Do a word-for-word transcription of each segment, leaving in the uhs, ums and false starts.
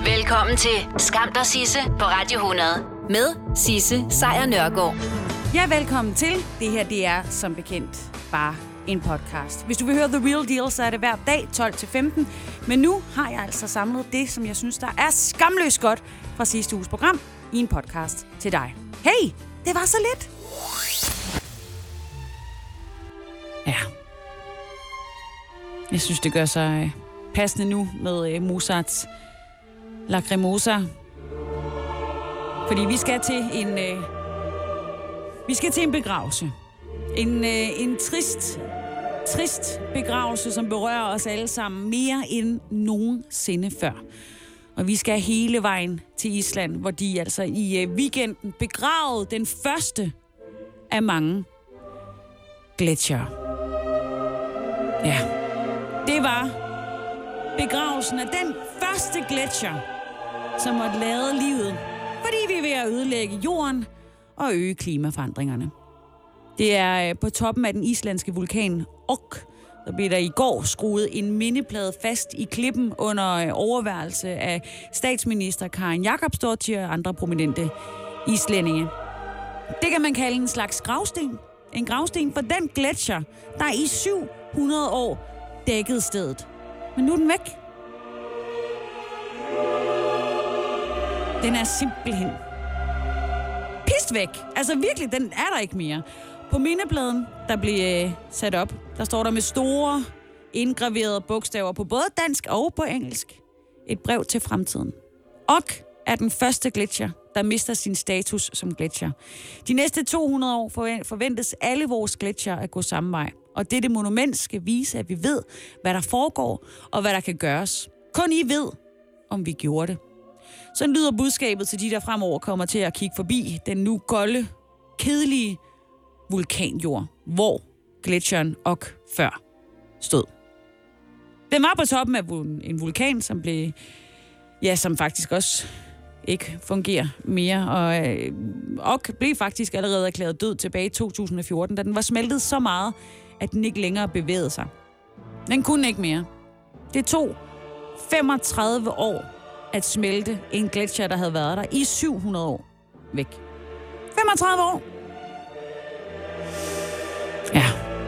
Velkommen til Skam dig Sisse på Radio hundrede med Sisse Sejr Nørgaard. Ja, velkommen til. Det her, det er som bekendt bare en podcast. Hvis du vil høre The Real Deal, så er det hver dag tolv til femten. Men nu har jeg altså samlet det, som jeg synes, der er skamløst godt fra sidste uges program i en podcast til dig. Hey, det var så lidt. Ja. Jeg synes, det gør sig passende nu med Mozarts Lacrimosa. Fordi vi skal til en øh, vi skal til en begravelse. En øh, en trist trist begravelse, som berører os alle sammen mere end nogensinde før. Og vi skal hele vejen til Island, hvor de altså i øh, weekenden begravede den første af mange gletsjere. Ja, det var begravelsen af den første gletsjer, som måtte lade livet, fordi vi er ved at ødelægge jorden og øge klimaforandringerne. Det er på toppen af den islandske vulkan Ok. Der blev der i går skruet en mindeplade fast i klippen under overværelse af statsminister Karin Jakobsdóttir og andre prominente islændinge. Det kan man kalde en slags gravsten. En gravsten for den gletsjer, der i syv hundrede år dækkede stedet. Men nu er den væk. Den er simpelthen pist væk. Altså virkelig, den er der ikke mere. På mindepladen, der blev øh, sat op, der står der med store indgraverede bogstaver på både dansk og på engelsk. Et brev til fremtiden. Ok er den første gletsjer, der mister sin status som gletsjer. De næste to hundrede år forventes alle vores gletsjer at gå samme vej. Og dette monument skal vise, at vi ved, hvad der foregår og hvad der kan gøres. Kun I ved, om vi gjorde det. Sådan lyder budskabet til de, der fremover kommer til at kigge forbi den nu golde, kedelige vulkanjord, hvor gletsjeren Ok før stod. Den var på toppen af en vulkan, som blev, ja, som faktisk også ikke fungerer mere. Og øh, Ok blev faktisk allerede erklæret død tilbage i to tusind og fjorten, da den var smeltet så meget, at den ikke længere bevægede sig. Den kunne ikke mere. Det tog femogtredive år at smelte en gletsjer, der havde været der i syv hundrede år væk. femogtredive år! Ja.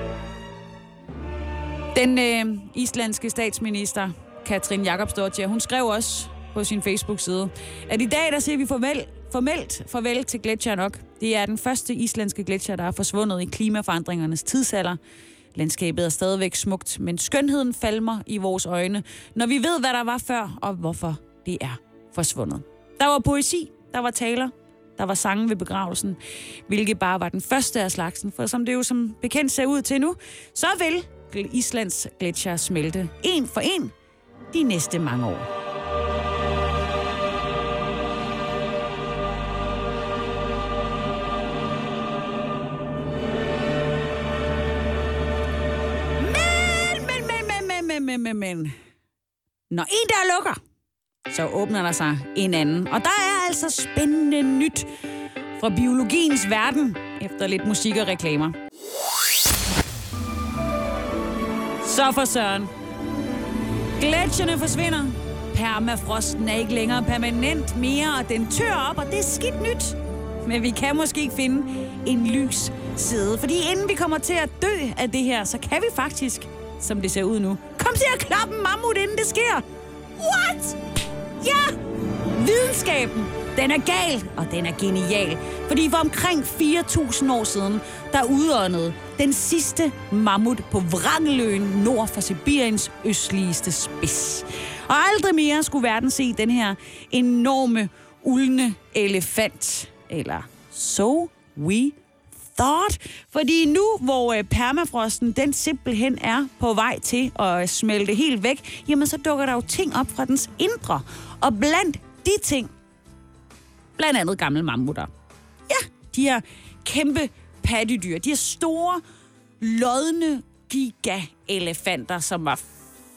Den øh, islandske statsminister, Katrín Jakobsdóttir, hun skrev også på sin Facebook-side, at i dag, der siger vi farvel, formelt farvel til gletsjeren Ok. Det er den første islandske gletsjer, der er forsvundet i klimaforandringernes tidsalder. Landskabet er stadigvæk smukt, men skønheden falmer i vores øjne, når vi ved, hvad der var før, og hvorfor det er forsvundet. Der var poesi, der var taler, der var sange ved begravelsen, hvilket bare var den første af slagsen, for som det jo som bekendt ser ud til nu, så vil Islands gletsjer smelte en for en de næste mange år. Men, men, men, men, men, men, men. Når en der lukker, så åbner der sig en anden. Og der er altså spændende nyt fra biologiens verden, efter lidt musik og reklamer. Så for søren. Gletsjerne forsvinder. Permafrosten er ikke længere permanent mere, og den tør op, og det er skidt nyt. Men vi kan måske ikke finde en lys side. Fordi inden vi kommer til at dø af det her, så kan vi faktisk, som det ser ud nu, komme til at klappe en mammut, inden det sker. What? Ja! Videnskaben, den er gal, og den er genial. Fordi for omkring fire tusind år siden, der udåndede den sidste mammut på Wrangeløen nord for Sibiriens østligste spids. Og aldrig mere skulle verden se den her enorme, ulne elefant. Eller so we thought. Fordi nu, hvor permafrosten den simpelthen er på vej til at smelte helt væk, jamen så dukker der jo ting op fra dens indre. Og blandt de ting, blandt andet gamle mammutter. Ja, de her kæmpe pattedyr, de her store, lodne giga-elefanter, som var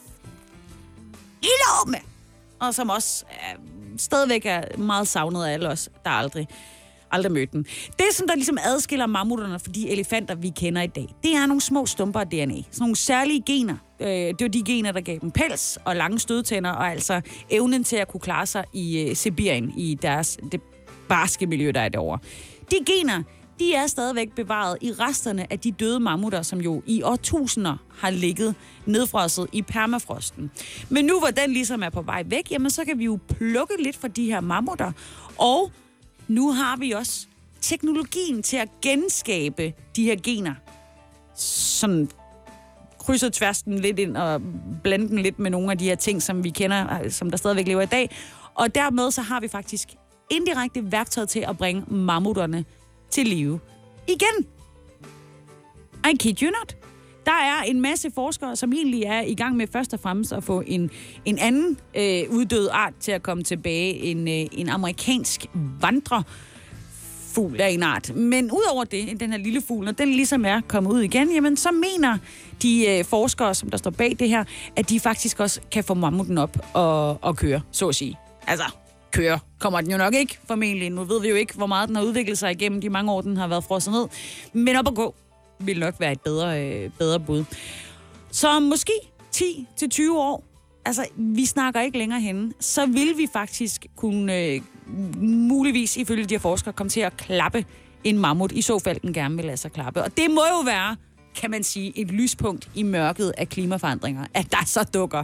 enorme, og som også øh, stadigvæk er meget savnet af alle os, der aldrig, aldrig mødte den. Det, som der ligesom adskiller mammutterne fra de elefanter, vi kender i dag, det er nogle små stumper af D N A. Sådan nogle særlige gener, Øh, det var de gener, der gav dem pels og lange stødtænder, og altså evnen til at kunne klare sig i øh, Sibirien, i deres, det barske miljø, der er derovre. De gener, de er stadigvæk bevaret i resterne af de døde mammutter, som jo i årtusinder har ligget nedfrosset i permafrosten. Men nu, hvor den ligesom er på vej væk, jamen så kan vi jo plukke lidt fra de her mammutter. Og nu har vi også teknologien til at genskabe de her gener. Sådan krydser tværs den lidt ind og blande den lidt med nogle af de her ting, som vi kender, som der stadigvæk lever i dag. Og dermed så har vi faktisk indirekte værktøj til at bringe mammutterne til live igen. I kid you not. Der er en masse forskere, som egentlig er i gang med først og fremmest at få en, en anden øh, uddød art til at komme tilbage. En, øh, en amerikansk vandrefugl af en art. Men udover det, den her lille fugl, når den ligesom er kommet ud igen, jamen så mener de øh, forskere, som der står bag det her, at de faktisk også kan få mammuten op og, og køre, så at sige. Altså, køre kommer den jo nok ikke, formentlig. Nu ved vi jo ikke, hvor meget den har udviklet sig igennem de mange år, den har været frosset ned. Men op at gå vil nok være et bedre, øh, bedre bud. Så måske ti til tyve år, altså vi snakker ikke længere henne, så vil vi faktisk kunne øh, muligvis, ifølge de her forskere, komme til at klappe en mammut, i så fald den gerne vil lade sig klappe. Og det må jo være, kan man sige, et lyspunkt i mørket af klimaforandringer, at der så dukker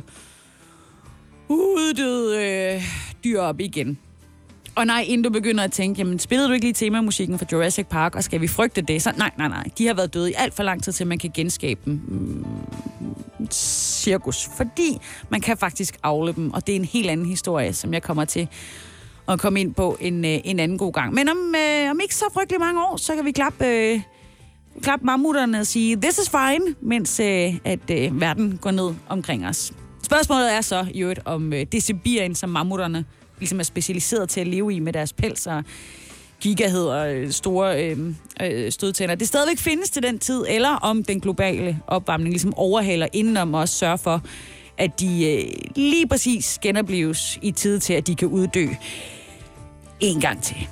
uddøde øh, dyr op igen. Og nej, inden du begynder at tænke, jamen spillede du ikke lige temamusikken fra Jurassic Park, og skal vi frygte det? Så nej, nej, nej. De har været døde i alt for lang tid til, man kan genskabe dem. Mm, cirkus. Fordi man kan faktisk avle dem, og det er en helt anden historie, som jeg kommer til at komme ind på en, en anden god gang. Men om, øh, om ikke så frygtelig mange år, så kan vi klappe, øh, klappe mammutterne og sige, this is fine, mens øh, at øh, verden går ned omkring os. Spørgsmålet er så i øvrigt om øh, det Sibirien, som mammutterne ligesom er specialiseret til at leve i med deres pels og gigahed og store øh, øh, stødtænder. Det stadigvæk findes til den tid, eller om den globale opvarmning ligesom overhaler indenom og også sørger for, at de øh, lige præcis genopleves i tid til, at de kan uddø en gang til.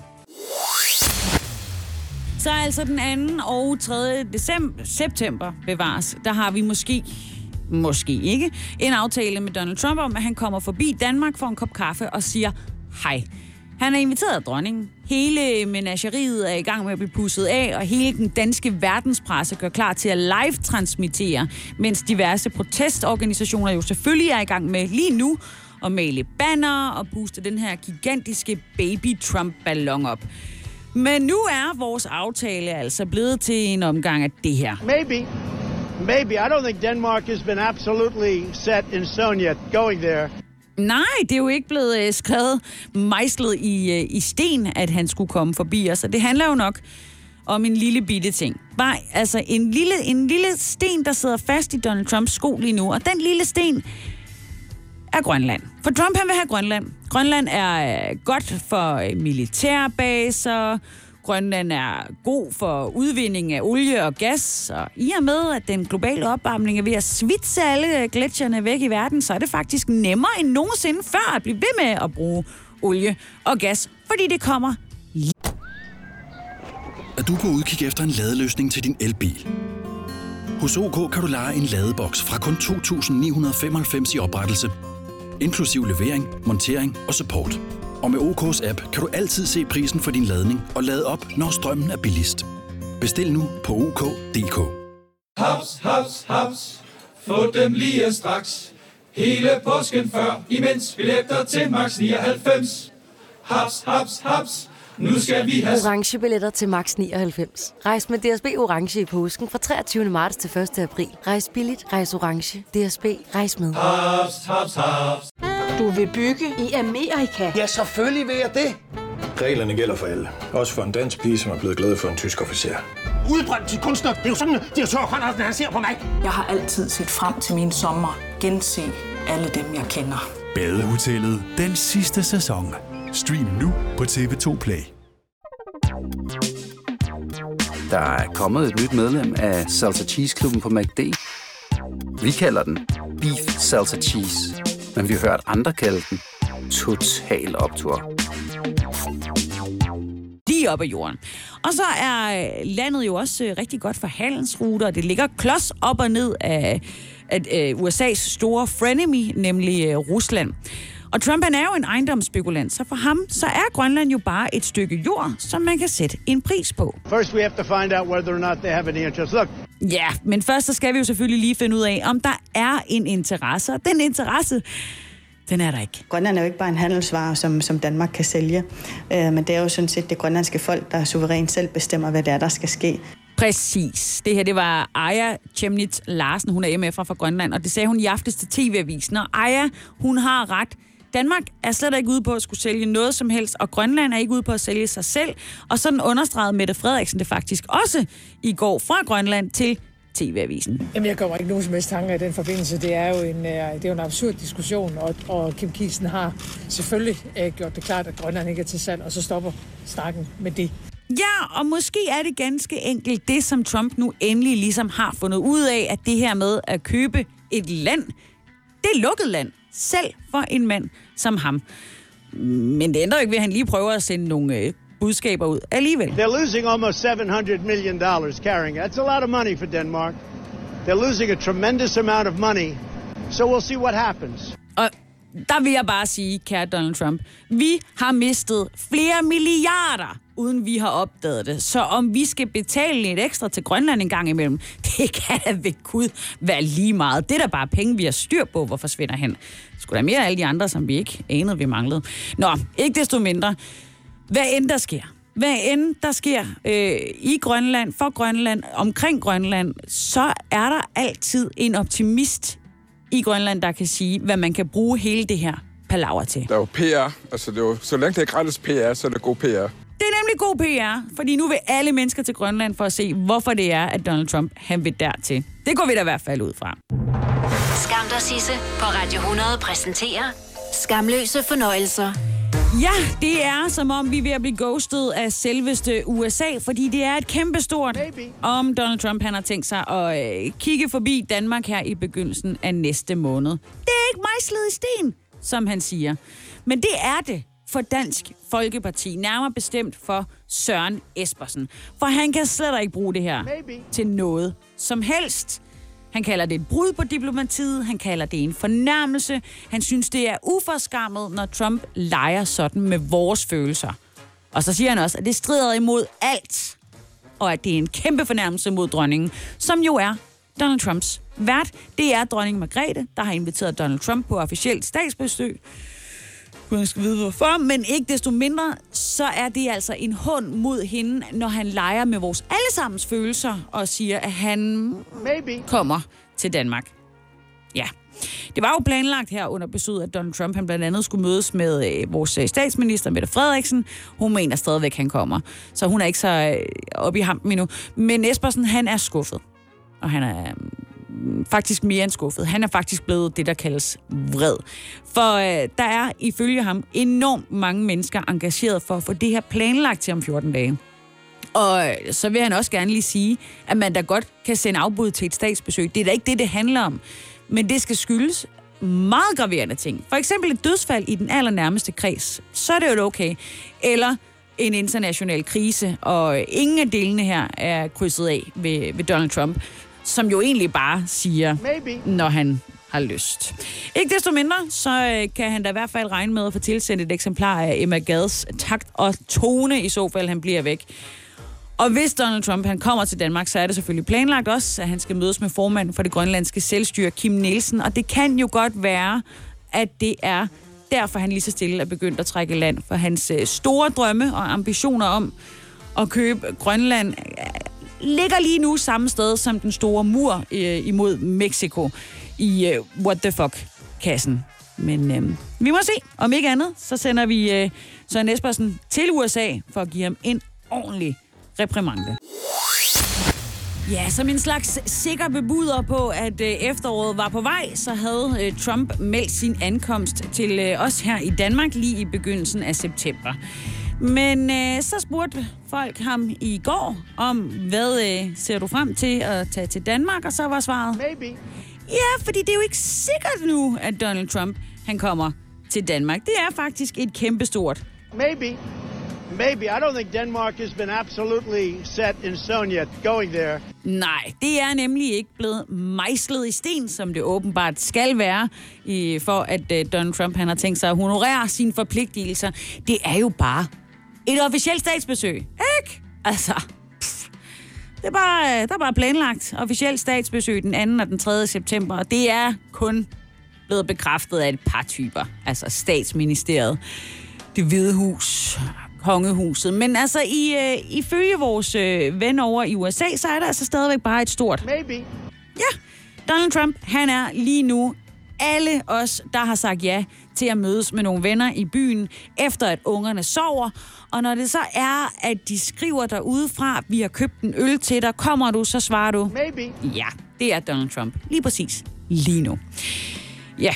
Så altså den anden og tredje december, september bevares, der har vi måske Måske ikke. En aftale med Donald Trump om, at han kommer forbi Danmark for en kop kaffe og siger hej. Han er inviteret af dronningen. Hele menageriet er i gang med at blive pusset af, og hele den danske verdenspresse gør klar til at live-transmittere, mens diverse protestorganisationer jo selvfølgelig er i gang med lige nu at male banner og booste den her gigantiske baby-Trump-ballon op. Men nu er vores aftale altså blevet til en omgang af det her. Maybe. Maybe. I don't think Denmark has been absolutely set in stone yet going there. Nej, det er jo ikke blevet uh, skrevet, mejslet i, uh, i sten, at han skulle komme forbi os. Og det handler jo nok om en lille bitte ting. Bare, altså en lille, en lille sten, der sidder fast i Donald Trumps sko lige nu. Og den lille sten er Grønland. For Trump, han vil have Grønland. Grønland er uh, godt for uh, militærbaser. Grønland er god for udvinding af olie og gas, og i og med, at den globale opvarmning er ved at svitse alle gletsjerne væk i verden, så er det faktisk nemmere end nogensinde før at blive ved med at bruge olie og gas, fordi det kommer. Er du på udkig efter en ladeløsning til din elbil? Hos O K kan du leje en ladeboks fra kun to tusind ni hundrede femoghalvfems i oprettelse, inklusiv levering, montering og support. Og med O K's app kan du altid se prisen for din ladning og lade op, når strømmen er billigst. Bestil nu på O K punktum D K. Haps, haps, haps. Få dem lige straks. Hele påsken før, imens billetter til max nioghalvfems. Haps, haps, haps. Nu skal vi have orange billetter til max nioghalvfems. Rejs med D S B orange i påsken fra treogtyvende marts til første april. Rejs billigt, rejs orange. D S B, rejs med. haps, haps, haps. Du vil bygge i Amerika? Ja, selvfølgelig vil jeg det. Reglerne gælder for alle. Også for en dansk pige, som er blevet glad for en tysk officer. Udbrændt til kunstner. Det er jo sådan, at direktør Conradsen, han ser på mig. Jeg har altid set frem til min sommer. Gense alle dem, jeg kender. Badehotellet. Den sidste sæson. Stream nu på T V to Play. Der er kommet et nyt medlem af Salsa Cheese Klubben på McD. Vi kalder den Beef Salsa Cheese, men vi har hørt andre kalde den Total Optur. Lige op ad jorden. Og så er landet jo også rigtig godt for handelsruter, og det ligger klods op og ned af, at øh, U S A's store frenemy, nemlig øh, Rusland. Og Trump han er jo en ejendomsspekulant, så for ham så er Grønland jo bare et stykke jord, som man kan sætte en pris på. First we have to find out whether or not they have any interest. Look. Ja, men først så skal vi jo selvfølgelig lige finde ud af, om der er en interesse. Og den interesse, den er der ikke. Grønland er jo ikke bare en handelsvare, som, som Danmark kan sælge. Øh, men det er jo sådan set det grønlandske folk, der suverænt selv bestemmer, hvad det er, der skal ske. Præcis. Det her, det var Aya Chemnitz Larsen, hun er M F'er fra Grønland, og det sagde hun i aftes til T V-avisen. Og Aya, hun har ret. Danmark er slet ikke ude på at skulle sælge noget som helst, og Grønland er ikke ude på at sælge sig selv. Og sådan understregede Mette Frederiksen det faktisk også i går fra Grønland til T V-avisen. Jamen, jeg kommer ikke nogen som helst tanker i den forbindelse. Det er jo en, det er jo en absurd diskussion, og, og Kim Kielsen har selvfølgelig uh, gjort det klart, at Grønland ikke er til salg, og så stopper snakken med det. Ja, og måske er det ganske enkelt det, som Trump nu endelig ligesom har fundet ud af, at det her med at købe et land, det er lukket land, selv for en mand som ham. Men det ændrer ikke ved, at han lige prøver at sende nogle øh, budskaber ud alligevel. They're losing almost seven hundred million dollars carrying it. That's a lot of money for Denmark. They're losing a tremendous amount of money. So we'll see what happens. Og der vil jeg bare sige, kære Donald Trump, vi har mistet flere milliarder, uden vi har opdaget det. Så om vi skal betale lidt ekstra til Grønland en gang imellem, det kan da ved Gud være lige meget. Det er da bare penge, vi har styr på, hvor forsvinder hen. Skulle der mere af alle de andre, som vi ikke anede, vi manglede. Nå, ikke desto mindre. Hvad end der sker, hvad end der sker øh, i Grønland, for Grønland, omkring Grønland, så er der altid en optimist i Grønland, der kan sige, hvad man kan bruge hele det her palaver til. Der er jo P R. Altså, det er jo, så længe det er gratis P R, så er det god P R. Det er nemlig god P R, fordi nu vil alle mennesker til Grønland for at se, hvorfor det er, at Donald Trump han vil dertil. Det går vi da i hvert fald ud fra. Skam dig, Sisse på Radio hundrede præsenterer Skamløse fornøjelser. Ja, det er som om vi er ved at blive ghostet af selveste U S A, fordi det er et kæmpestort, om Donald Trump han har tænkt sig at øh, kigge forbi Danmark her i begyndelsen af næste måned. Det er ikke mejslet i sten, som han siger. Men det er det for Dansk Folkeparti, nærmere bestemt for Søren Espersen. For han kan slet ikke bruge det her til noget som helst. Han kalder det et brud på diplomatiet, han kalder det en fornærmelse. Han synes, det er uforskammet, når Trump leger sådan med vores følelser. Og så siger han også, at det strider imod alt, og at det er en kæmpe fornærmelse mod dronningen, som jo er Donald Trumps vært. Det er dronning Margrethe, der har inviteret Donald Trump på officielt statsbesøg. Hun skal vide hvorfor, men ikke desto mindre, så er det altså en hån mod hende, når han leger med vores allesammens følelser og siger, at han Maybe. kommer til Danmark. Ja, det var jo planlagt her under besøget, at Donald Trump han blandt andet skulle mødes med øh, vores statsminister, Mette Frederiksen. Hun mener stadigvæk, han kommer, så hun er ikke så øh, oppe i hampen endnu. Men Espersen, han er skuffet, og han er... Øh, faktisk mere end skuffet. Han er faktisk blevet det, der kaldes vred. For øh, der er ifølge ham enormt mange mennesker engageret for at få det her planlagt til om fjorten dage. Og øh, så vil han også gerne lige sige, at man da godt kan sende afbud til et statsbesøg. Det er da ikke det, det handler om. Men det skal skyldes meget graverende ting. For eksempel et dødsfald i den allernærmeste kreds. Så er det jo okay. Eller en international krise, og ingen af delene her er krydset af ved, ved Donald Trump, som jo egentlig bare siger, Maybe. når han har lyst. Ikke desto mindre, så kan han da i hvert fald regne med at få tilsendt et eksemplar af Emma Gads takt og tone, i så fald han bliver væk. Og hvis Donald Trump han kommer til Danmark, så er det selvfølgelig planlagt også, at han skal mødes med formanden for det grønlandske selvstyre, Kim Nielsen. Og det kan jo godt være, at det er derfor, han lige så stille er begyndt at trække land. For hans store drømme og ambitioner om at købe Grønland ligger lige nu samme sted som den store mur øh, imod Mexico i øh, what the fuck-kassen. Men øh, vi må se. Om ikke andet, så sender vi øh, Søren Espersen til U S A for at give ham en ordentlig reprimande. Ja, som en slags sikker bebuder på, at øh, efteråret var på vej, så havde øh, Trump meldt sin ankomst til øh, os her i Danmark lige i begyndelsen af september. Men øh, så spurgte folk ham i går om, hvad øh, ser du frem til at tage til Danmark? Og så var svaret, Maybe. Ja, fordi det er jo ikke sikkert nu, at Donald Trump han kommer til Danmark. Det er faktisk et kæmpestort Maybe. Maybe. I don't think Denmark has been absolutely set in stone yet going there. Nej, det er nemlig ikke blevet mejslet i sten, som det åbenbart skal være, i, for at uh, Donald Trump han har tænkt sig at honorere sine forpligtelser. Det er jo bare et officielt statsbesøg, ikke? Altså, pff, det er bare, der er bare planlagt officielt statsbesøg den anden og den tredje september, og det er kun blevet bekræftet af et par typer, altså statsministeriet, Det Hvide Hus, kongehuset. Men altså, i, øh, ifølge vores øh, ven over i U S A, så er der altså stadigvæk bare et stort... Maybe. Ja, Donald Trump, han er lige nu alle os, der har sagt ja til at mødes med nogle venner i byen, efter at ungerne sover. Og når det så er, at de skriver derude fra, vi har købt en øl til dig, kommer du, så svarer du... Maybe. Ja, det er Donald Trump. Lige præcis. Lige nu. Ja,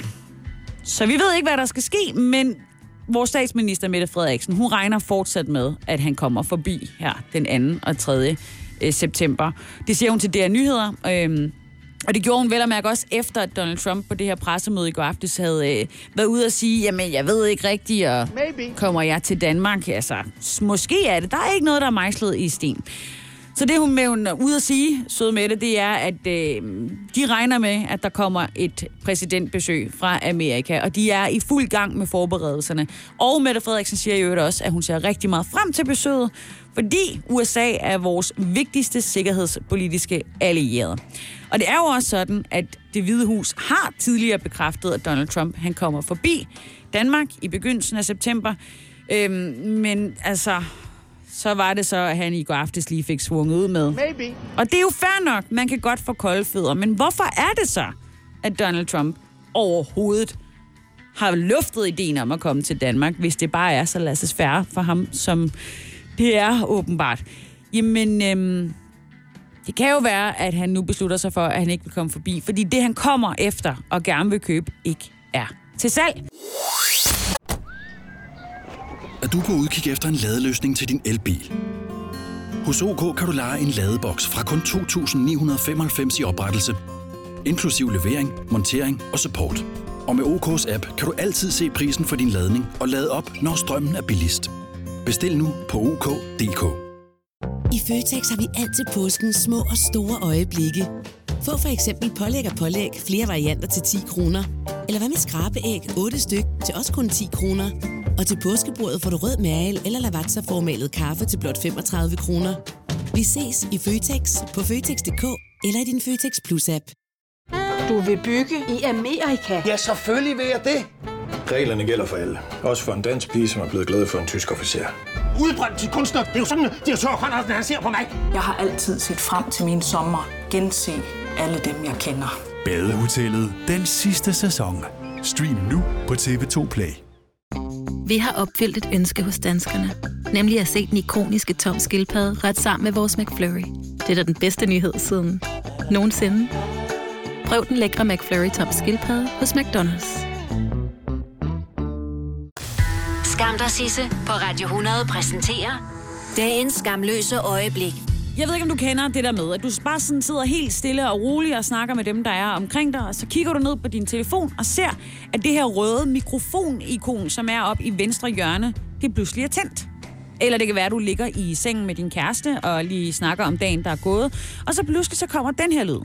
så vi ved ikke, hvad der skal ske, men... Vores statsminister, Mette Frederiksen, hun regner fortsat med, at han kommer forbi her den anden og tredje september. Det siger hun til D R Nyheder, øhm, og det gjorde hun vel at mærke også efter, at Donald Trump på det her pressemøde i går aftes havde øh, været ude og sige, jamen jeg ved ikke rigtigt, og Maybe. Kommer jeg til Danmark? Altså, måske er det. Der er ikke noget, der er mejslet i sten. Så det, hun er ude at sige, søde Mette, det er, at øh, de regner med, at der kommer et præsidentbesøg fra Amerika, og de er i fuld gang med forberedelserne. Og Mette Frederiksen siger jo også, at hun ser rigtig meget frem til besøget, fordi U S A er vores vigtigste sikkerhedspolitiske allierede. Og det er jo også sådan, at Det Hvide Hus har tidligere bekræftet, at Donald Trump han kommer forbi Danmark i begyndelsen af september. Øhm, men altså... så var det så, at han i går aftes lige fik svunget ud med. Maybe. Og det er jo fair nok, man kan godt få kolde fødder, men hvorfor er det så, at Donald Trump overhovedet har luftet ideen om at komme til Danmark, hvis det bare er så laissez-faire for ham, som det er åbenbart? Jamen, øhm, det kan jo være, at han nu beslutter sig for, at han ikke vil komme forbi, fordi det, han kommer efter og gerne vil købe, ikke er til salg. Er du på udkig efter en ladeløsning til din elbil? Hos O K kan du leje en ladeboks fra kun to tusind ni hundrede femoghalvfems i oprettelse, inklusiv levering, montering og support. Og med O K's app kan du altid se prisen for din ladning og lade op, når strømmen er billigst. Bestil nu på O K punktum D K. I Føtex har vi altid påskens små og store øjeblikke. Få for eksempel pålæg og pålæg flere varianter til ti kroner. Eller hvad med skrabeæg otte styk til også kun ti kroner. Og til påskebordet får du rød mal eller Lavazza-formalet kaffe til blot femogtredive kroner. Vi ses i Føtex på Føtex punktum D K eller i din Føtex Plus-app. Du vil bygge i Amerika? Ja, selvfølgelig vil jeg det. Reglerne gælder for alle. Også for en dansk pige, som er blevet glad for en tysk officer. Udbrændt til kunstner. Det er jo sådan, at direktør Conradsen, han ser på mig. Jeg har altid set frem til min sommer. Gense alle dem, jeg kender. Badehotellet den sidste sæson. Stream nu på T V to Play. Vi har opfyldt et ønske hos danskerne. Nemlig at se den ikoniske Tom Skildpadde ret sammen med vores McFlurry. Det er da den bedste nyhed siden nogensinde. Prøv den lækre McFlurry Tom Skildpadde hos McDonald's. Skam dig, Sisse på Radio hundrede præsenterer dagens skamløse øjeblik. Jeg ved ikke, om du kender det der med, at du bare sådan sidder helt stille og rolig og snakker med dem, der er omkring dig, og så kigger du ned på din telefon og ser, at det her røde mikrofonikon, som er oppe i venstre hjørne, det pludselig er tændt. Eller det kan være, at du ligger i sengen med din kæreste og lige snakker om dagen, der er gået, og så pludselig så kommer den her lyd.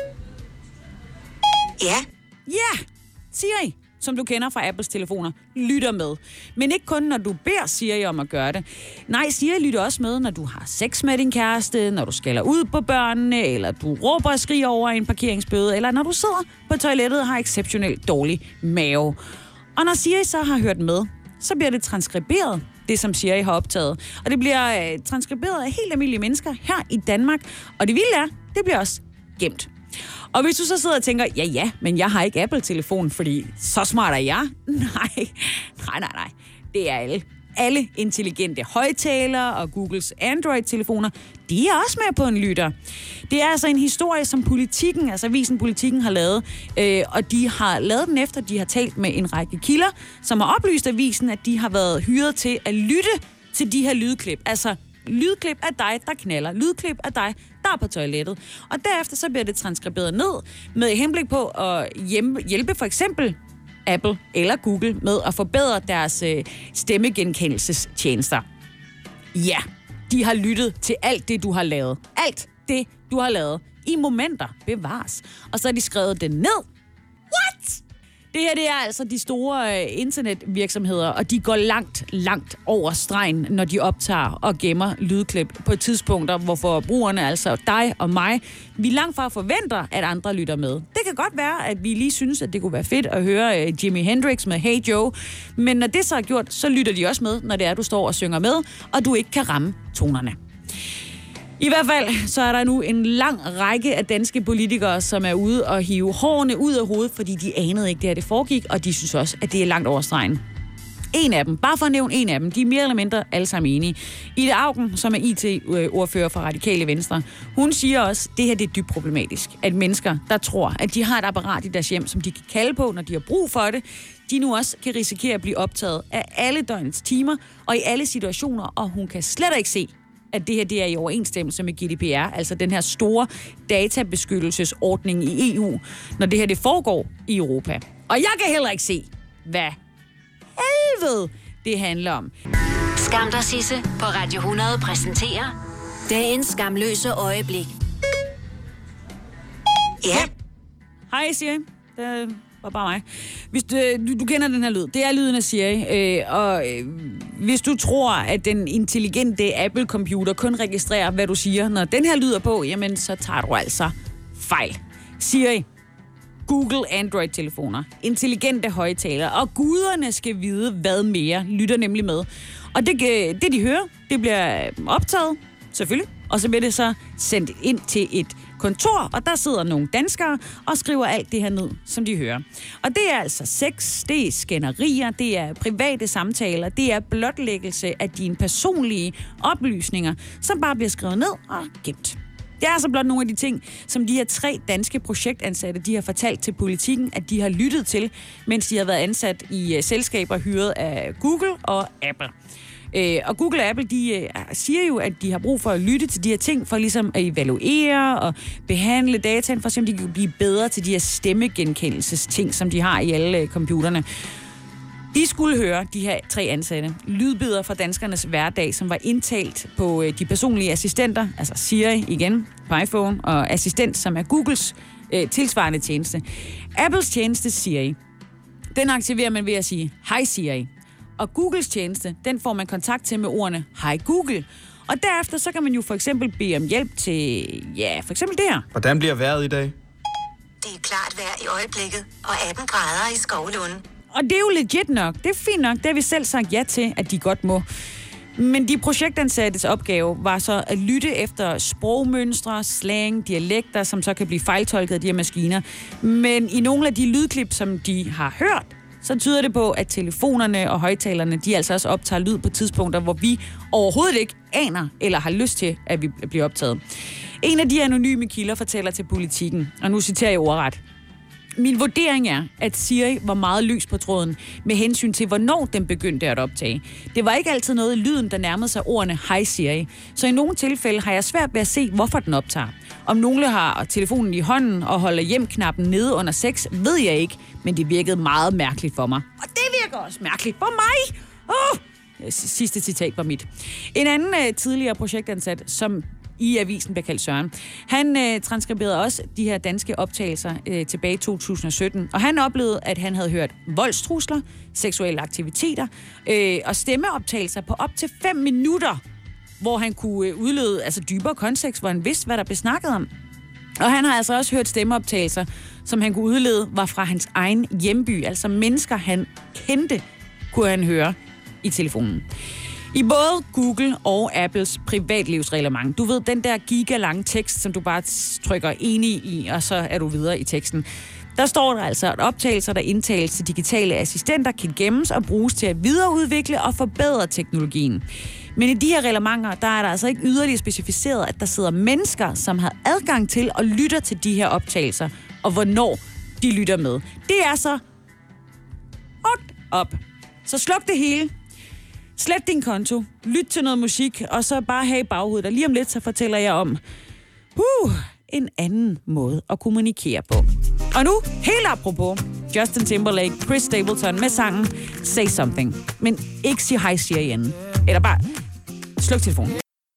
Ja. Ja, Siri, som du kender fra Apples telefoner, lytter med. Men ikke kun, når du beder Siri om at gøre det. Nej, Siri lytter også med, når du har sex med din kæreste, når du skælder ud på børnene, eller du råber og skriger over en parkeringsbøde, eller når du sidder på toilettet og har exceptionelt dårlig mave. Og når Siri så har hørt med, så bliver det transkriberet, det som Siri har optaget. Og det bliver øh, transkriberet af helt almindelige mennesker her i Danmark. Og det vilde er, det bliver også gemt. Og hvis du så sidder og tænker, ja ja, men jeg har ikke Apple-telefon, fordi så smart er jeg. Nej, nej, nej, nej. Det er alle. Alle intelligente højttalere og Googles Android-telefoner, de er også med på en lytter. Det er altså en historie, som Politikken, altså avisen Politikken har lavet, øh, og de har lavet den efter, de har talt med en række kilder, som har oplyst avisen, at de har været hyret til at lytte til de her lydklip. Altså lydklip af dig, der knalder. Lydklip af dig, der er på toilettet. Og derefter så bliver det transkriberet ned med henblik på at hjælpe for eksempel Apple eller Google med at forbedre deres øh, stemmegenkendelsestjenester. Ja, de har lyttet til alt det, du har lavet. Alt det, du har lavet. I momenter bevares. Og så har de skrevet det ned. What? Det her, det er altså de store øh, internetvirksomheder, og de går langt, langt over stregen, når de optager og gemmer lydklip på tidspunkter, hvor forbrugerne, altså dig og mig, vi langt fra forventer, at andre lytter med. Det kan godt være, at vi lige synes, at det kunne være fedt at høre øh, Jimi Hendrix med Hey Joe, men når det så er gjort, så lytter de også med, når det er, du står og synger med, og du ikke kan ramme tonerne. I hvert fald så er der nu en lang række af danske politikere, som er ude og hive hårene ud af hovedet, fordi de anede ikke, det her det foregik, og de synes også, at det er langt over stregen. En af dem, bare for at nævne en af dem, de er mere eller mindre alle sammen enige. Ida Auken, som er I T-ordfører for Radikale Venstre, hun siger også, at det her det er dybt problematisk. At mennesker, der tror, at de har et apparat i deres hjem, som de kan kalde på, når de har brug for det, de nu også kan risikere at blive optaget af alle døgnets timer og i alle situationer, og hun kan slet ikke se, at det her det er i overensstemmelse med G D P R, altså den her store databeskyttelsesordning i E U, når det her det foregår i Europa. Og jeg kan heller ikke se, hvad helvede det handler om. Skam dig, Sisse på Radio hundrede præsenterer dagens skamløse øjeblik. Ja. Hej, Siri. Det var bare mig. Hvis du, du, du kender den her lyd. Det er lyden af Siri. Øh, og øh, hvis du tror, at den intelligente Apple-computer kun registrerer, hvad du siger, når den her lyder på, jamen så tager du altså fejl. Siri. Google Android-telefoner, intelligente højtalere, og guderne skal vide, hvad mere lytter nemlig med. Og det, det de hører, det bliver optaget, selvfølgelig, og så bliver det så sendt ind til et kontor, og der sidder nogle danskere og skriver alt det her ned, som de hører. Og det er altså sex, det er skænderier, det er private samtaler, det er blotlæggelse af dine personlige oplysninger, som bare bliver skrevet ned og gemt. Det er altså blot nogle af de ting, som de her tre danske projektansatte, de har fortalt til Politikken, at de har lyttet til, mens de har været ansat i uh, selskaber hyret af Google og Apple. Uh, og Google og Apple, de uh, siger jo, at de har brug for at lytte til de her ting, for ligesom at evaluere og behandle dataen, for eksempel de kan blive bedre til de her stemmegenkendelsesting, som de har i alle uh, computerne. De skulle høre, de her tre ansatte, lydbidder fra danskernes hverdag, som var indtalt på de personlige assistenter, altså Siri igen på iPhone, og assistent, som er Googles øh, tilsvarende tjeneste. Apples tjeneste Siri, den aktiverer man ved at sige, hej Siri. Og Googles tjeneste, den får man kontakt til med ordene, hej Google. Og derefter så kan man jo for eksempel bede om hjælp til, ja, for eksempel det her. Hvordan bliver vejret i dag? Det er klart vejr i øjeblikket, og atten grader i Skovlunde. Og det er jo legit nok. Det er fint nok. Det har vi selv sagt ja til, at de godt må. Men de projektansattes opgave var så at lytte efter sprogmønstre, slang, dialekter, som så kan blive fejltolket af de her maskiner. Men i nogle af de lydklip, som de har hørt, så tyder det på, at telefonerne og højtalerne, de altså også optager lyd på tidspunkter, hvor vi overhovedet ikke aner eller har lyst til, at vi bliver optaget. En af de anonyme kilder fortæller til Politikken, og nu citerer jeg ordret. Min vurdering er, at Siri var meget løs på tråden med hensyn til, hvornår den begyndte at optage. Det var ikke altid noget i lyden, der nærmede sig ordene hej Siri. Så i nogle tilfælde har jeg svært ved at se, hvorfor den optager. Om nogle har telefonen i hånden og holder hjem-knappen nede under sex, ved jeg ikke, men det virkede meget mærkeligt for mig. Og det virker også mærkeligt for mig! Oh! Sidste citat var mit. En anden uh, tidligere projektansat, som i avisen bliver kaldt Søren. Han øh, transkriberede også de her danske optagelser øh, tilbage i to tusind og sytten, og han oplevede, at han havde hørt voldstrusler, seksuelle aktiviteter øh, og stemmeoptagelser på op til fem minutter, hvor han kunne øh, udlede altså dybere kontekst, hvor han vidste, hvad der blev snakket om. Og han har altså også hørt stemmeoptagelser, som han kunne udlede, var fra hans egen hjemby, altså mennesker, han kendte, kunne han høre i telefonen. I både Google og Apples privatlivsreglement. Du ved, den der gigalange tekst, som du bare trykker enig i, og så er du videre i teksten. Der står der altså, at optagelser, der indtales til digitale assistenter, kan gemmes og bruges til at videreudvikle og forbedre teknologien. Men i de her reglementer, der er der altså ikke yderligere specificeret, at der sidder mennesker, som har adgang til og lytter til de her optagelser, og hvornår de lytter med. Det er så op. Så sluk det hele. Slet din konto, lyt til noget musik, og så bare have i baghovedet. Og lige om lidt, så fortæller jeg om uh, en anden måde at kommunikere på. Og nu, helt apropos, Justin Timberlake, Chris Stapleton med sangen Say Something. Men ikke sig hej Siri igen. Eller bare Sluk telefonen.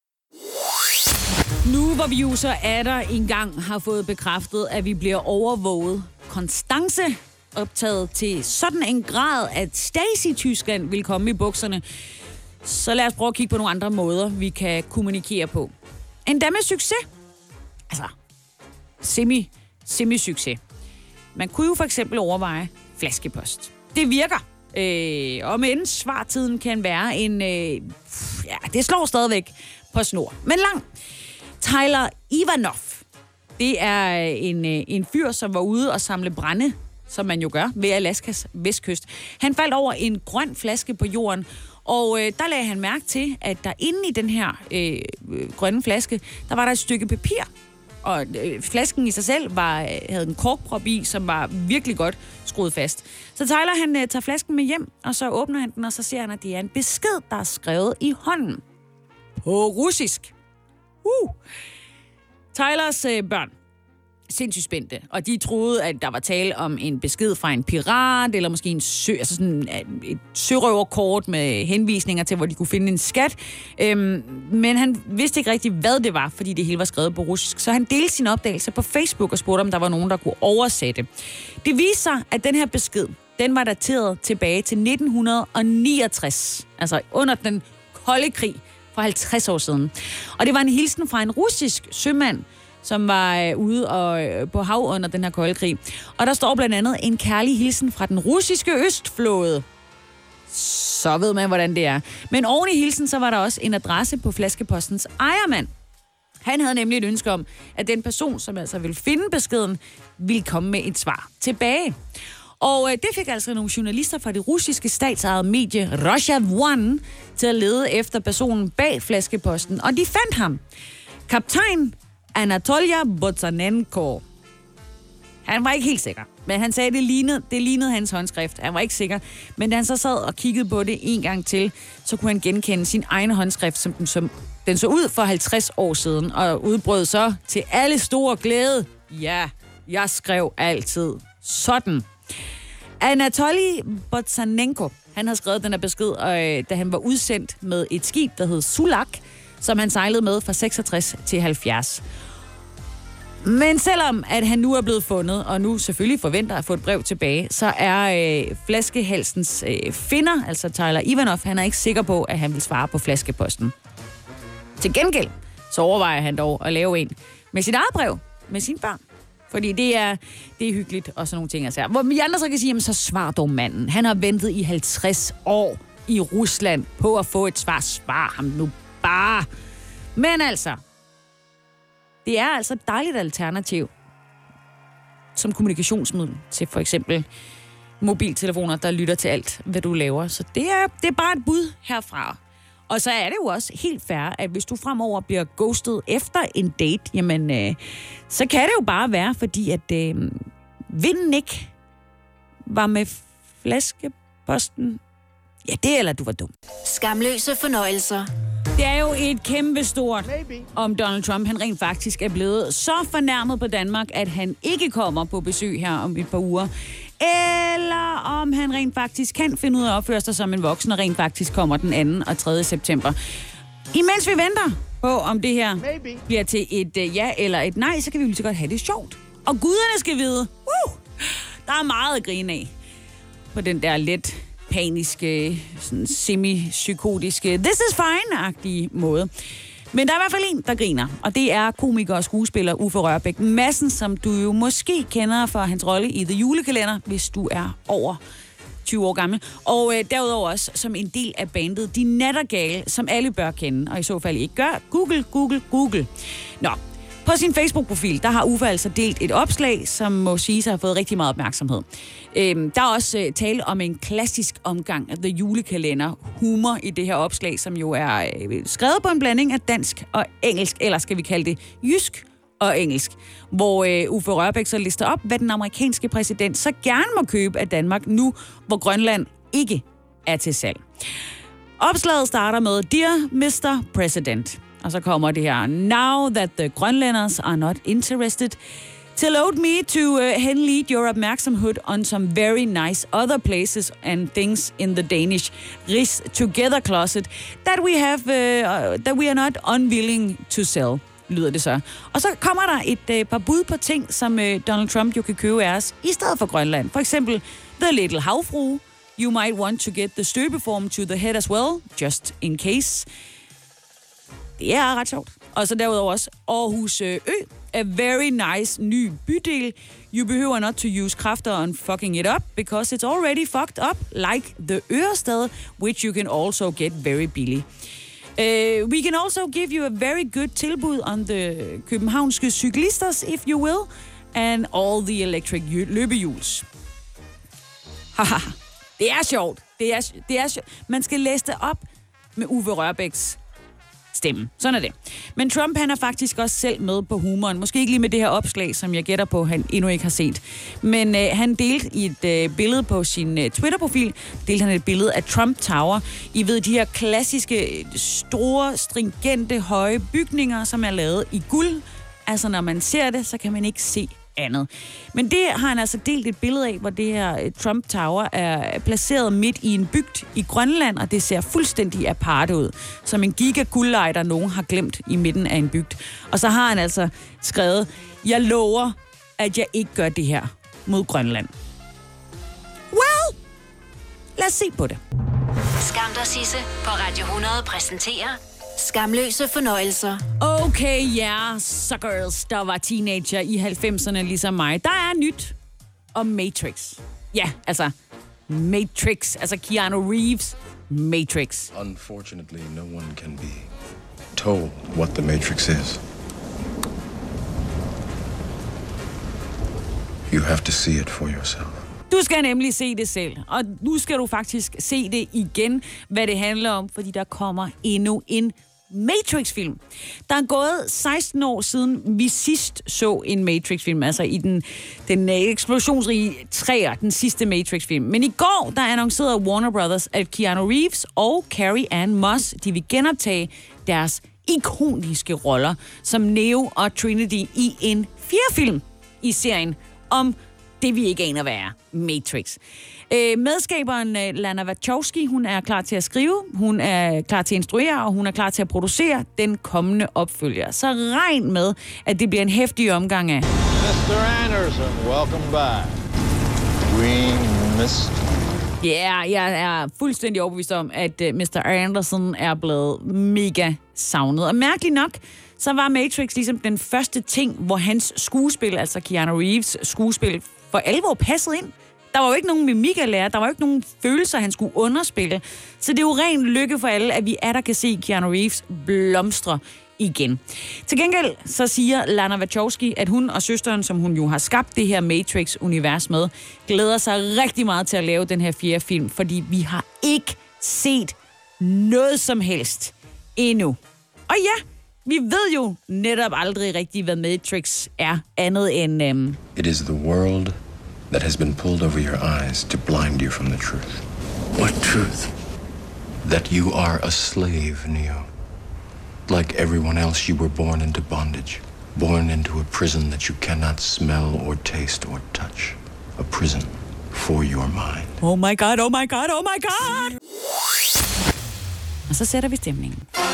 Nu hvor vi jo så er der engang har fået bekræftet, at vi bliver overvåget. Konstance optaget til sådan en grad, at Stasi-Tyskland vil komme i bukserne. Så lad os prøve at kigge på nogle andre måder, vi kan kommunikere på. Endda med succes. Altså, semi, semi-succes. Man kunne jo for eksempel overveje flaskepost. Det virker. Øh, og men svartiden kan være en... Øh, ja, det slår stadigvæk på snor. Men lang. Tyler Ivanov. Det er en, en fyr, som var ude og samle brænde, som man jo gør, ved Alaskas vestkyst. Han faldt over en grøn flaske på jorden, og øh, der lagde han mærke til, at der inde i den her øh, grønne flaske, der var der et stykke papir. Og øh, flasken i sig selv var, havde en korkprop i, som var virkelig godt skruet fast. Så Tyler, han øh, tager flasken med hjem, og så åbner han den, og så ser han, at det er en besked, der er skrevet i hånden. På russisk. Uh. Tylers øh, børn, sindssygt spændte, og de troede, at der var tale om en besked fra en pirat, eller måske en sø, altså sådan et sørøverkort med henvisninger til, hvor de kunne finde en skat. Øhm, men han vidste ikke rigtig, hvad det var, fordi det hele var skrevet på russisk. Så han delte sin opdagelse på Facebook og spurgte, om der var nogen, der kunne oversætte. Det viste sig, at den her besked, den var dateret tilbage til nitten niogtres, altså under den kolde krig for halvtreds år siden. Og det var en hilsen fra en russisk sømand, som var øh, ude og, øh, på hav under den her kolde krig. Og der står blandt andet en kærlig hilsen fra den russiske østflåde. Så ved man, hvordan det er. Men oven i hilsen, så var der også en adresse på flaskepostens ejermand. Han havde nemlig et ønske om, at den person, som altså ville finde beskeden, ville komme med et svar tilbage. Og øh, det fik altså nogle journalister fra det russiske statsejede medie Russia One til at lede efter personen bag flaskeposten. Og de fandt ham. Kaptajn Anatolia Botsanenko. Han var ikke helt sikker, men han sagde, at det lignede, det lignede hans håndskrift. Han var ikke sikker, men da han så sad og kiggede på det en gang til, så kunne han genkende sin egen håndskrift, som den, som den så ud for halvtreds år siden, og udbrød så til alle store glæde. Ja, jeg skrev altid sådan. Anatoly Botsanenko, han havde skrevet den her besked, og, øh, da han var udsendt med et skib, der hed Sulak, som han sejlede med fra seksogtres til halvfjerds. Men selvom at han nu er blevet fundet, og nu selvfølgelig forventer at få et brev tilbage, så er øh, flaskehalsens øh, finder, altså Tyler Ivanov, han er ikke sikker på, at han vil svare på flaskeposten. Til gengæld, så overvejer han dog at lave en med sit eget brev, med sine børn. Fordi det er, det er hyggeligt og sådan nogle ting. Altså. Hvor vi andre så kan sige, jamen så svar dog manden. Han har ventet i halvtreds år i Rusland på at få et svar. Svar ham nu bare. Men altså, det er altså et dejligt alternativ som kommunikationsmiddel til for eksempel mobiltelefoner, der lytter til alt, hvad du laver. Så det er, det er bare et bud herfra. Og så er det jo også helt fair, at hvis du fremover bliver ghostet efter en date, jamen, øh, så kan det jo bare være, fordi at øh, vinden ikke var med flaskeposten. Ja, det eller du var dum. Skamløse fornøjelser. Det er jo et kæmpestort, om Donald Trump han rent faktisk er blevet så fornærmet på Danmark, at han ikke kommer på besøg her om et par uger. Eller om han rent faktisk kan finde ud af at opføre sig som en voksen, og rent faktisk kommer den anden og tredje september. Imens vi venter på, om det her Maybe. bliver til et uh, ja eller et nej, så kan vi jo lige så godt have det sjovt. Og guderne skal vide, uh, der er meget at grine af på den der lidt paniske, sådan semi-psykotiske, this is fine-agtige måde. Men der er i hvert fald en, der griner, og det er komiker og skuespiller Uffe Rørbæk Madsen, som du jo måske kender for hans rolle i The Julekalender, hvis du er over tyve år gammel. Og øh, derudover også som en del af bandet De Nattergale, som alle bør kende, og i så fald ikke gør. Google, Google, Google. Nå, på sin Facebook-profil, der har Uffe altså delt et opslag, som må sige sig har fået rigtig meget opmærksomhed. Øhm, der er også øh, tale om en klassisk omgang af The Julekalender humor i det her opslag, som jo er øh, skrevet på en blanding af dansk og engelsk, eller skal vi kalde det jysk og engelsk, hvor øh, Uffe Rørbæk så lister op, hvad den amerikanske præsident så gerne må købe af Danmark nu, hvor Grønland ikke er til salg. Opslaget starter med, Dear mister President. Og så kommer det her, Now that the Grønlanders are not interested, To load me to uh, hen lead your opmærksomhed on some very nice other places and things in the Danish Ris Together closet that we have uh, that we are not unwilling to sell, lyder det så. Og så kommer der et uh, par bud på ting, som uh, Donald Trump jo kan købe af os i stedet for Grønland. For eksempel The Little Havfrue. You might want to get the støbeform to the head as well, just in case. Det er ret sjovt. Og så derudover også Aarhus Ø. A very nice ny bydel. You behøver not to use kræfter on fucking it up, because it's already fucked up, like the Ørestad, which you can also get very billig. Uh, we can also give you a very good tilbud on the københavnske cyklisters, if you will, and all the electric løbehjuls. Haha, det er sjovt. Det er, det er sjovt. Man skal læse det op med Uffe Rørbæks stemme. Sådan er det. Men Trump, han er faktisk også selv med på humoren. Måske ikke lige med det her opslag, som jeg gætter på, han endnu ikke har set. Men øh, han delte i et øh, billede på sin øh, Twitter-profil, delte han et billede af Trump Tower. I ved, de her klassiske, store, stringente, høje bygninger, som er lavet i guld. Altså, når man ser det, så kan man ikke se andet. Men det har han altså delt et billede af, hvor det her Trump Tower er placeret midt i en bygd i Grønland, og det ser fuldstændig apart ud. Som en gigaguldlej, der nogen har glemt i midten af en bygd. Og så har han altså skrevet, jeg lover, at jeg ikke gør det her mod Grønland. Well, lad os se på det. Skam dig, Sisse på Radio hundrede præsenterer Skamløse fornøjelser. Okay, ja, yeah, suckers, der var teenager i halvfemserne ligesom mig. Der er nyt om Matrix. Ja, altså Matrix, altså Keanu Reeves Matrix. Unfortunately, no one can be told what the Matrix is. You have to see it for yourself. Du skal nemlig se det selv, og nu skal du faktisk se det igen, hvad det handler om, fordi der kommer endnu en Matrix-film. Der er gået seksten år siden, vi sidst så en Matrix-film, altså i den, den eksplosionsrige træer, den sidste Matrix-film. Men i går, der annoncerede Warner Brothers, at Keanu Reeves og Carrie Ann Moss, de vil genoptage deres ikoniske roller som Neo og Trinity i en fjerde film i serien om det, vi ikke aner, hvad er Matrix. Øh, medskaberen Lana Wachowski, hun er klar til at skrive, hun er klar til at instruere, og hun er klar til at producere den kommende opfølger. Så regn med, at det bliver en heftig omgang af. mister Anderson, welcome back. We missed. Ja, yeah, jeg er fuldstændig overbevist om, at mister Anderson er blevet mega savnet. Og mærkeligt nok, så var Matrix ligesom den første ting, hvor hans skuespil, altså Keanu Reeves skuespil, for alvor passede ind. Der var jo ikke nogen mimik at lære, der var jo ikke nogen følelser, han skulle underspille. Så det er jo ren lykke for alle, at vi er der kan se Keanu Reeves blomstre igen. Til gengæld så siger Lana Wachowski, at hun og søsteren, som hun jo har skabt det her Matrix-univers med, glæder sig rigtig meget til at lave den her fjerde film, fordi vi har ikke set noget som helst endnu. Og ja, vi ved jo netop aldrig rigtigt, hvad Matrix er andet end... Um... It is the world that has been pulled over your eyes to blind you from the truth. What truth? That you are a slave, Neo. Like everyone else, you were born into bondage. Born into a prison that you cannot smell or taste or touch. A prison for your mind. Oh my god, oh my god, oh my god! Og så sætter vi stemningen.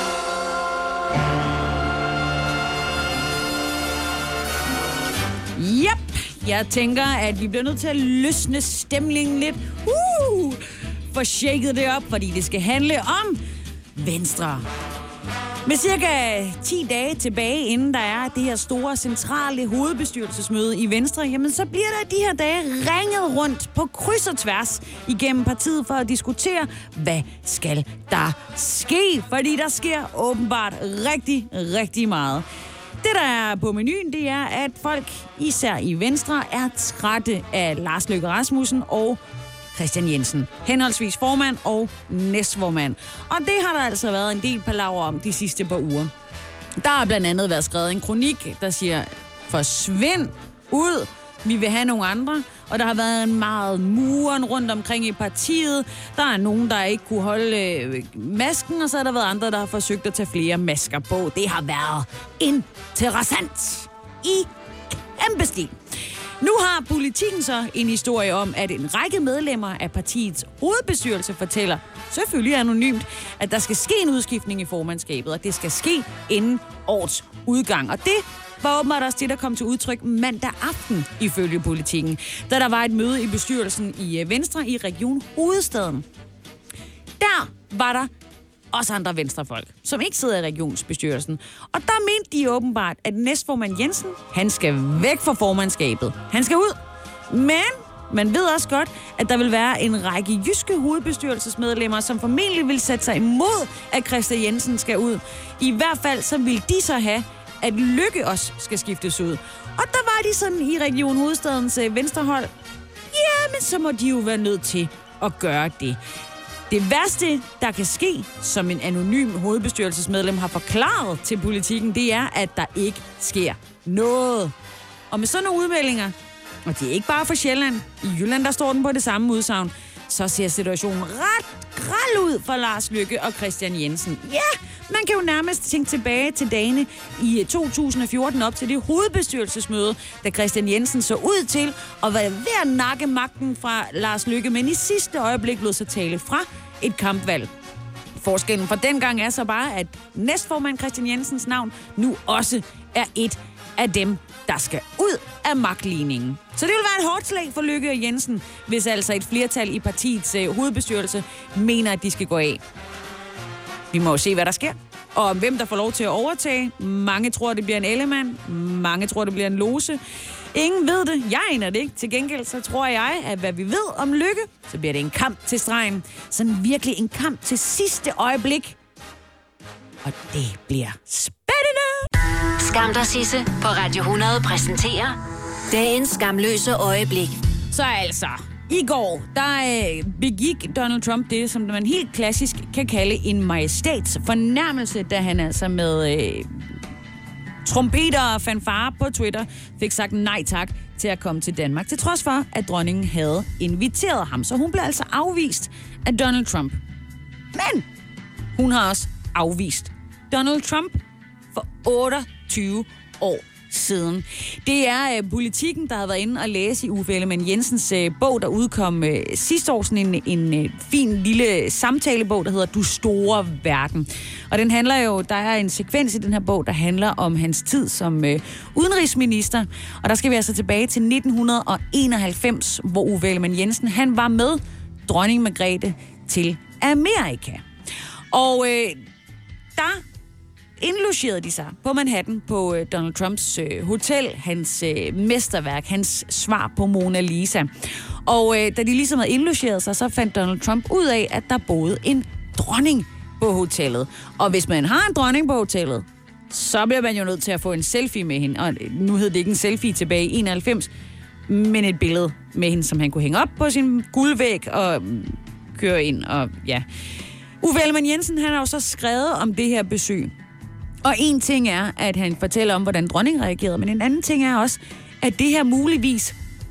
Yep, jeg tænker, at vi bliver nødt til at løsne stemningen lidt. Uh, for shaket det op, fordi det skal handle om Venstre. Med cirka ti dage tilbage, inden der er det her store centrale hovedbestyrelsesmøde i Venstre, jamen så bliver der de her dage ringet rundt på kryds og tværs igennem partiet for at diskutere, hvad skal der ske? Fordi der sker åbenbart rigtig, rigtig meget. Det, der er på menuen, det er, at folk, især i Venstre, er trætte af Lars Løkke Rasmussen og Christian Jensen, henholdsvis formand og næstformand. Og det har der altså været en del palaver om de sidste par uger. Der har blandt andet været skrevet en kronik, der siger, forsvind ud, vi vil have nogle andre. Og der har været en meget muren rundt omkring i partiet. Der er nogen, der ikke kunne holde masken, og så har der været andre, der har forsøgt at tage flere masker på. Det har været interessant i Kæmpe stil. Nu har Politikken så en historie om, at en række medlemmer af partiets hovedbestyrelse fortæller, selvfølgelig anonymt, at der skal ske en udskiftning i formandskabet, og det skal ske inden årets udgang. Og det var åbenbart også det, der kom til udtryk mandag aften, ifølge Politikken, da der var et møde i bestyrelsen i Venstre i Region Hovedstaden. Der var der også andre venstrefolk, som ikke sidder i regionsbestyrelsen. Og der mente de åbenbart, at næstformand Jensen, han skal væk fra formandskabet. Han skal ud. Men man ved også godt, at der vil være en række jyske hovedbestyrelsesmedlemmer, som formentlig vil sætte sig imod, at Christian Jensen skal ud. I hvert fald så vil de så have, at Lykke også skal skiftes ud. Og der var de sådan i Region Hovedstadens øh, venstrehold. Ja, men så må de jo være nødt til at gøre det. Det værste, der kan ske, som en anonym hovedbestyrelsesmedlem har forklaret til Politikken, det er, at der ikke sker noget. Og med sådan nogle udmeldinger, og det er ikke bare for Sjælland, i Jylland der står den på det samme udsagn, så ser situationen ret græld ud for Lars Løkke og Christian Jensen. Ja, man kan jo nærmest tænke tilbage til dagene i to tusind og fjorten op til det hovedbestyrelsesmøde, da Christian Jensen så ud til at være ved at nakke magten fra Lars Løkke, men i sidste øjeblik lod sig tale fra et kampvalg. Forskellen fra dengang er så bare, at næstformand Christian Jensens navn nu også er et af dem, der skal ud af magtligningen. Så det vil være et hårdt slag for Løkke og Jensen, hvis altså et flertal i partiets øh, hovedbestyrelse mener, at de skal gå af. Vi må jo se, hvad der sker. Og hvem der får lov til at overtage. Mange tror, det bliver en Ellemann. Mange tror, det bliver en Lose. Ingen ved det. Jeg aner det ikke. Til gengæld så tror jeg, at hvad vi ved om Løkke, så bliver det en kamp til stregen. Sådan virkelig en kamp til sidste øjeblik. Og det bliver spændende. Skam dig, Sisse på Radio hundrede præsenterer dagens skamløse øjeblik. Så altså, i går, der øh, begik Donald Trump det, som man helt klassisk kan kalde en majestætsfornærmelse, da han altså med øh, trompeter og fanfare på Twitter fik sagt nej tak til at komme til Danmark, til trods for, at dronningen havde inviteret ham. Så hun blev altså afvist af Donald Trump. Men hun har også afvist Donald Trump for otteogtyve år siden. Det er uh, Politikken, der har været inde og læse i Uffe Ellemann-Jensens uh, bog, der udkom uh, sidste år, sådan en, en uh, fin lille samtalebog, der hedder Du Store Verden. Og den handler jo, der er en sekvens i den her bog, der handler om hans tid som uh, udenrigsminister. Og der skal vi altså tilbage til nitten enoghalvfems, hvor Uffe Ellemann-Jensen, han var med dronning Margrethe til Amerika. Og uh, der indlogerede de sig på Manhattan på øh, Donald Trumps øh, hotel, hans øh, mesterværk, hans svar på Mona Lisa. Og øh, da de ligesom havde indlogeret sig, så fandt Donald Trump ud af, at der boede en dronning på hotellet. Og hvis man har en dronning på hotellet, så bliver man jo nødt til at få en selfie med hende. Og nu hed det ikke en selfie tilbage i enoghalvfems, men et billede med hende, som han kunne hænge op på sin guldvæg og mm, køre ind. Og ja, Uffe Ellemann-Jensen, han har jo så skrevet om det her besøg. Og en ting er, at han fortæller om, hvordan dronningen reagerede, men en anden ting er også, at det her muligvis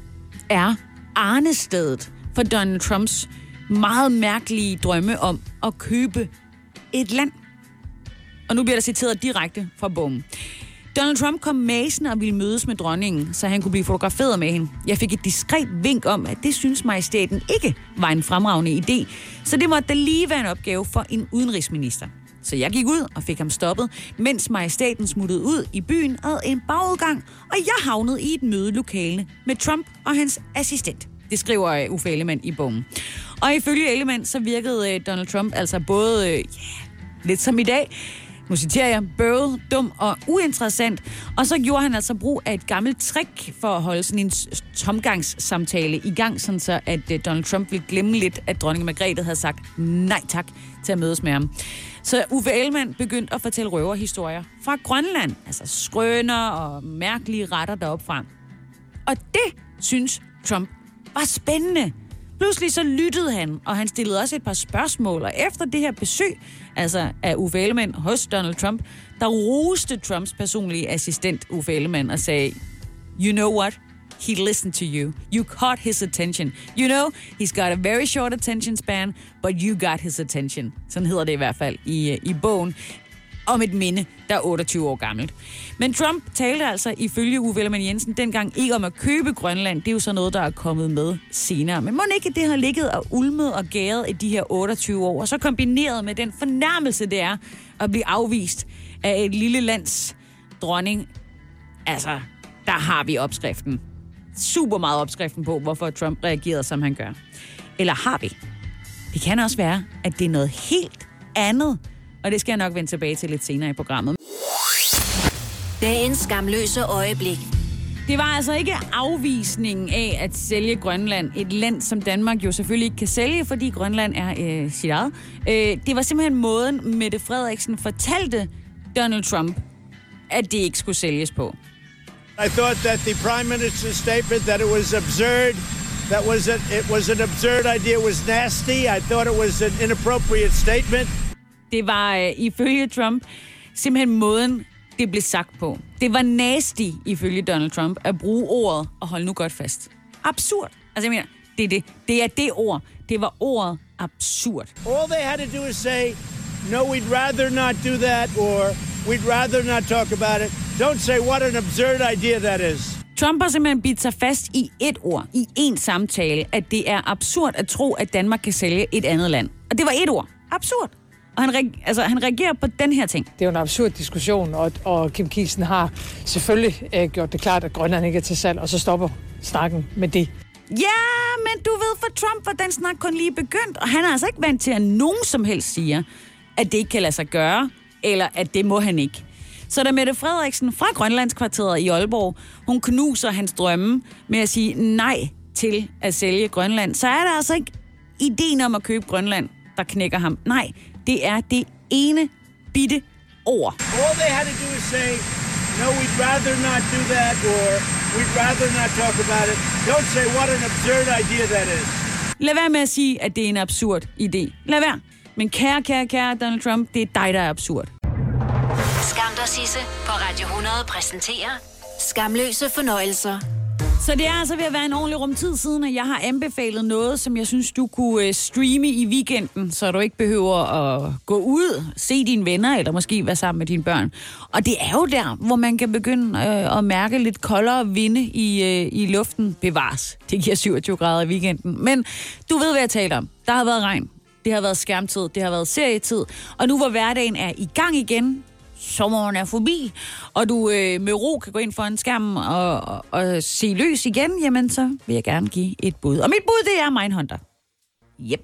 er arnestedet for Donald Trumps meget mærkelige drømme om at købe et land. Og nu bliver der citeret direkte fra bogen. Donald Trump kom masende og ville mødes med dronningen, så han kunne blive fotograferet med hende. Jeg fik et diskret vink om, at det synes majestæten ikke var en fremragende idé, så det måtte da lige være en opgave for en udenrigsminister. Så jeg gik ud og fik ham stoppet, mens majestæten smuttede ud i byen ad en bagudgang, og jeg havnede i et mødelokale med Trump og hans assistent. Det skriver Uffe Ellemann i bogen. Og ifølge Ellemann, så virkede Donald Trump altså både, ja, lidt som i dag, nu citerer jeg, bøvet, dum og uinteressant. Og så gjorde han altså brug af et gammelt trick for at holde sådan en tomgangssamtale i gang, sådan så at Donald Trump ville glemme lidt, at dronning Margrethe havde sagt nej tak til at mødes med ham. Så Uffe Ellemann begyndte at fortælle røverhistorier fra Grønland, altså skrøner og mærkelige retter deroppe fra. Og det synes Trump var spændende. Pludselig så lyttede han, og han stillede også et par spørgsmål, og efter det her besøg, altså af Uffe Ellemann hos Donald Trump, der roste Trumps personlige assistent Uffe Ellemann og sagde, you know what? He listened to you. You caught his attention. You know, he's got a very short attention span, but you got his attention. Sådan hedder det i hvert fald i, i bogen. om et minde, der er otteogtyve år gammelt. Men Trump talte altså ifølge Uffe Ellemann-Jensen dengang ikke om at købe Grønland. Det er jo så noget, der er kommet med senere. Men må ikke, det har ligget og ulmet og gæret i de her otteogtyve år, og så kombineret med den fornærmelse, det er at blive afvist af et lille lands dronning. Altså, der har vi opskriften. Super meget opskriften på, hvorfor Trump reagerede, som han gør. Eller har vi? Det kan også være, at det er noget helt andet. Og det skal jeg nok vende tilbage til lidt senere i programmet. Dagens skamløse øjeblik. Det var altså ikke afvisningen af at sælge Grønland. Et land, som Danmark jo selvfølgelig ikke kan sælge, fordi Grønland er øh, sit eget. Øh, det var simpelthen måden, Mette Frederiksen fortalte Donald Trump, at det ikke skulle sælges på. I thought that the Prime Minister's statement that it was absurd, that was a, it was an absurd idea, it was nasty. I thought it was an inappropriate statement. Det var øh, ifølge Trump simpelthen måden, det blev sagt på. Det var nasty, ifølge Donald Trump, at bruge ordet, og hold nu godt fast. Absurd. Altså jeg mener, det er det. Det er det ord. Det var ordet absurd. All they had to do is say, no, we'd rather not do that, or we'd rather not talk about it. Don't say what an absurd idea that is. Trump har simpelthen bidt sig fast i et ord, i en samtale, at det er absurd at tro, at Danmark kan sælge et andet land. Og det var et ord. Absurd. Og han, reagerer, altså, han reagerer på den her ting. Det er jo en absurd diskussion, og, og Kim Kielsen har selvfølgelig øh, gjort det klart, at Grønland ikke er til salg, og så stopper snakken med det. Ja, men du ved, for Trump var den snak kun lige begyndt, og han er altså ikke vant til, at nogen som helst siger, at det ikke kan lade sig gøre, eller at det må han ikke. Så da Mette Frederiksen fra Grønlandskvarteret i Aalborg, hun knuser hans drømme med at sige nej til at sælge Grønland, så er der altså ikke ideen om at købe Grønland, der knækker ham. Nej, det er det ene bitte ord. All they had to do is say, no, we'd rather not do that, or we'd rather not talk about it. Don't say what an absurd idea that is. Lad være med at sige, at det er en absurd idé. Lad være. Men kære, kære, kære Donald Trump, det er dig, der er absurd. Skam dig, Sisse på Radio hundrede præsenterer Skamløse fornøjelser. Så det er altså ved at være en ordentlig rumtid siden, at jeg har anbefalet noget, som jeg synes, du kunne streame i weekenden, så du ikke behøver at gå ud, se dine venner, eller måske være sammen med dine børn. Og det er jo der, hvor man kan begynde øh, at mærke lidt koldere vinde i, øh, i luften. Bevares. Det giver syvogtyve grader i weekenden. Men du ved, hvad jeg taler om. Der har været regn. Det har været skærmtid. Det har været serietid. Og nu hvor hverdagen er i gang igen, sommeren er forbi, og du øh, med ro kan gå ind foran skærmen og, og, og se løs igen, jamen så vil jeg gerne give et bud. Og mit bud, det er Mindhunter. Yep.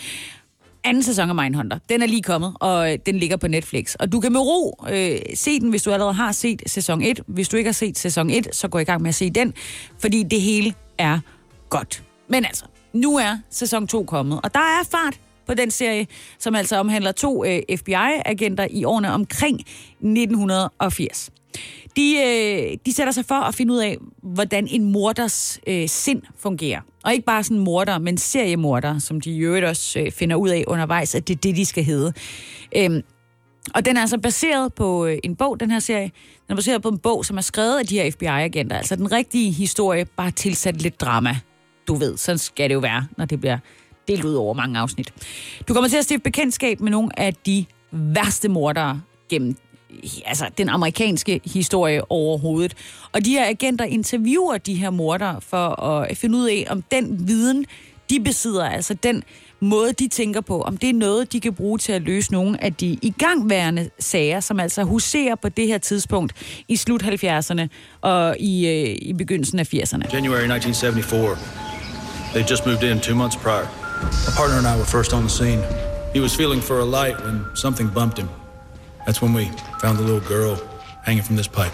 Anden sæson af Mindhunter. Den er lige kommet, og øh, den ligger på Netflix. Og du kan med ro øh, se den, hvis du allerede har set sæson et. Hvis du ikke har set sæson et, så gå i gang med at se den, fordi det hele er godt. Men altså, nu er sæson to kommet, og der er fart på den serie, som altså omhandler to øh, F B I-agenter i årene omkring nitten firs. De, øh, de sætter sig for at finde ud af, hvordan en morders øh, sind fungerer. Og ikke bare sådan morder, men seriemorder, som de i øvrigt også øh, finder ud af undervejs, at det er det, de skal hedde. Øhm, og den er altså baseret på øh, en bog, den her serie. Den er baseret på en bog, som er skrevet af de her F B I-agenter. Altså den rigtige historie, bare tilsat lidt drama. Du ved, sådan skal det jo være, når det bliver delt ud over mange afsnit. Du kommer til at stifte bekendtskab med nogle af de værste mordere gennem altså, den amerikanske historie overhovedet. Og de her agenter interviewer de her mordere for at finde ud af, om den viden, de besidder, altså den måde, de tænker på, om det er noget, de kan bruge til at løse nogle af de igangværende sager, som altså huserer på det her tidspunkt i slut halvfjerdserne og i, øh, i begyndelsen af firserne. January nineteen seventy-four. They just moved in two months prior. My partner and I were first on the scene. He was feeling for a light when something bumped him. That's when we found the little girl hanging from this pipe.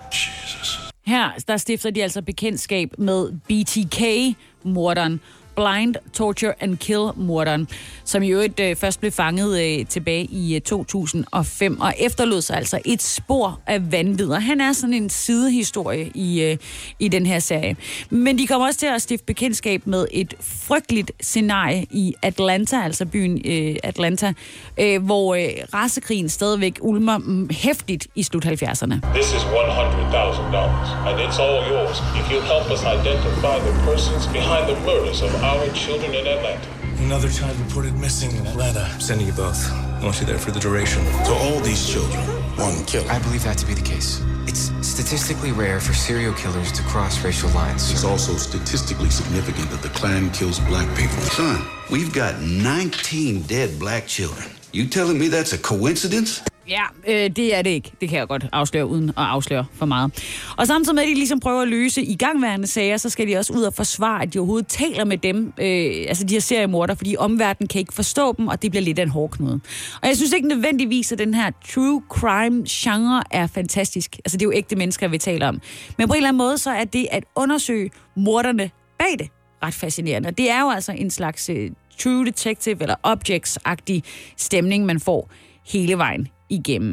Jesus. Her der stifter de altså bekendtskab med B T K-morderen, Blind Torture and Kill-morderen, som i øvrigt øh, først blev fanget øh, tilbage i øh, to tusind og fem, og efterlod sig altså et spor af vanvid. Han er sådan en sidehistorie i, øh, i den her serie. Men de kommer også til at stifte bekendtskab med et frygteligt scenarie i Atlanta, altså byen øh, Atlanta, øh, hvor øh, racekrigen stadigvæk ulmer mm, hæftigt i slut halvfjerdserne. This is one hundred thousand dollars, and it's all yours if you help us identify the persons behind the murders of our children in Atlanta. Another child reported missing in Atlanta. I'm sending you both. I want you there for the duration. So all these children one killer. I believe that to be the case. It's statistically rare for serial killers to cross racial lines. It's also statistically significant that the Klan kills black people. Son, we've got nineteen dead black children. You telling me that's a coincidence? Ja, øh, det er det ikke. Det kan jeg godt afsløre, uden at afsløre for meget. Og samtidig med, at de ligesom prøver at løse igangværende sager, så skal de også ud og forsvare, at de overhovedet taler med dem, øh, altså de her seriemordere, fordi omverdenen kan ikke forstå dem, og det bliver lidt af en hårdknude. Og jeg synes ikke nødvendigvis, at den her true crime-genre er fantastisk. Altså, det er jo ægte mennesker, vi taler om. Men på en eller anden måde, så er det at undersøge morderne bag det ret fascinerende. Og det er jo altså en slags øh, true detective eller objects-agtig stemning, man får hele vejen igennem.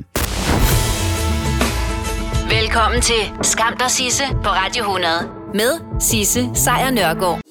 Velkommen til Skam dig Sisse på Radio hundrede med Sisse Sejr Nørgaard.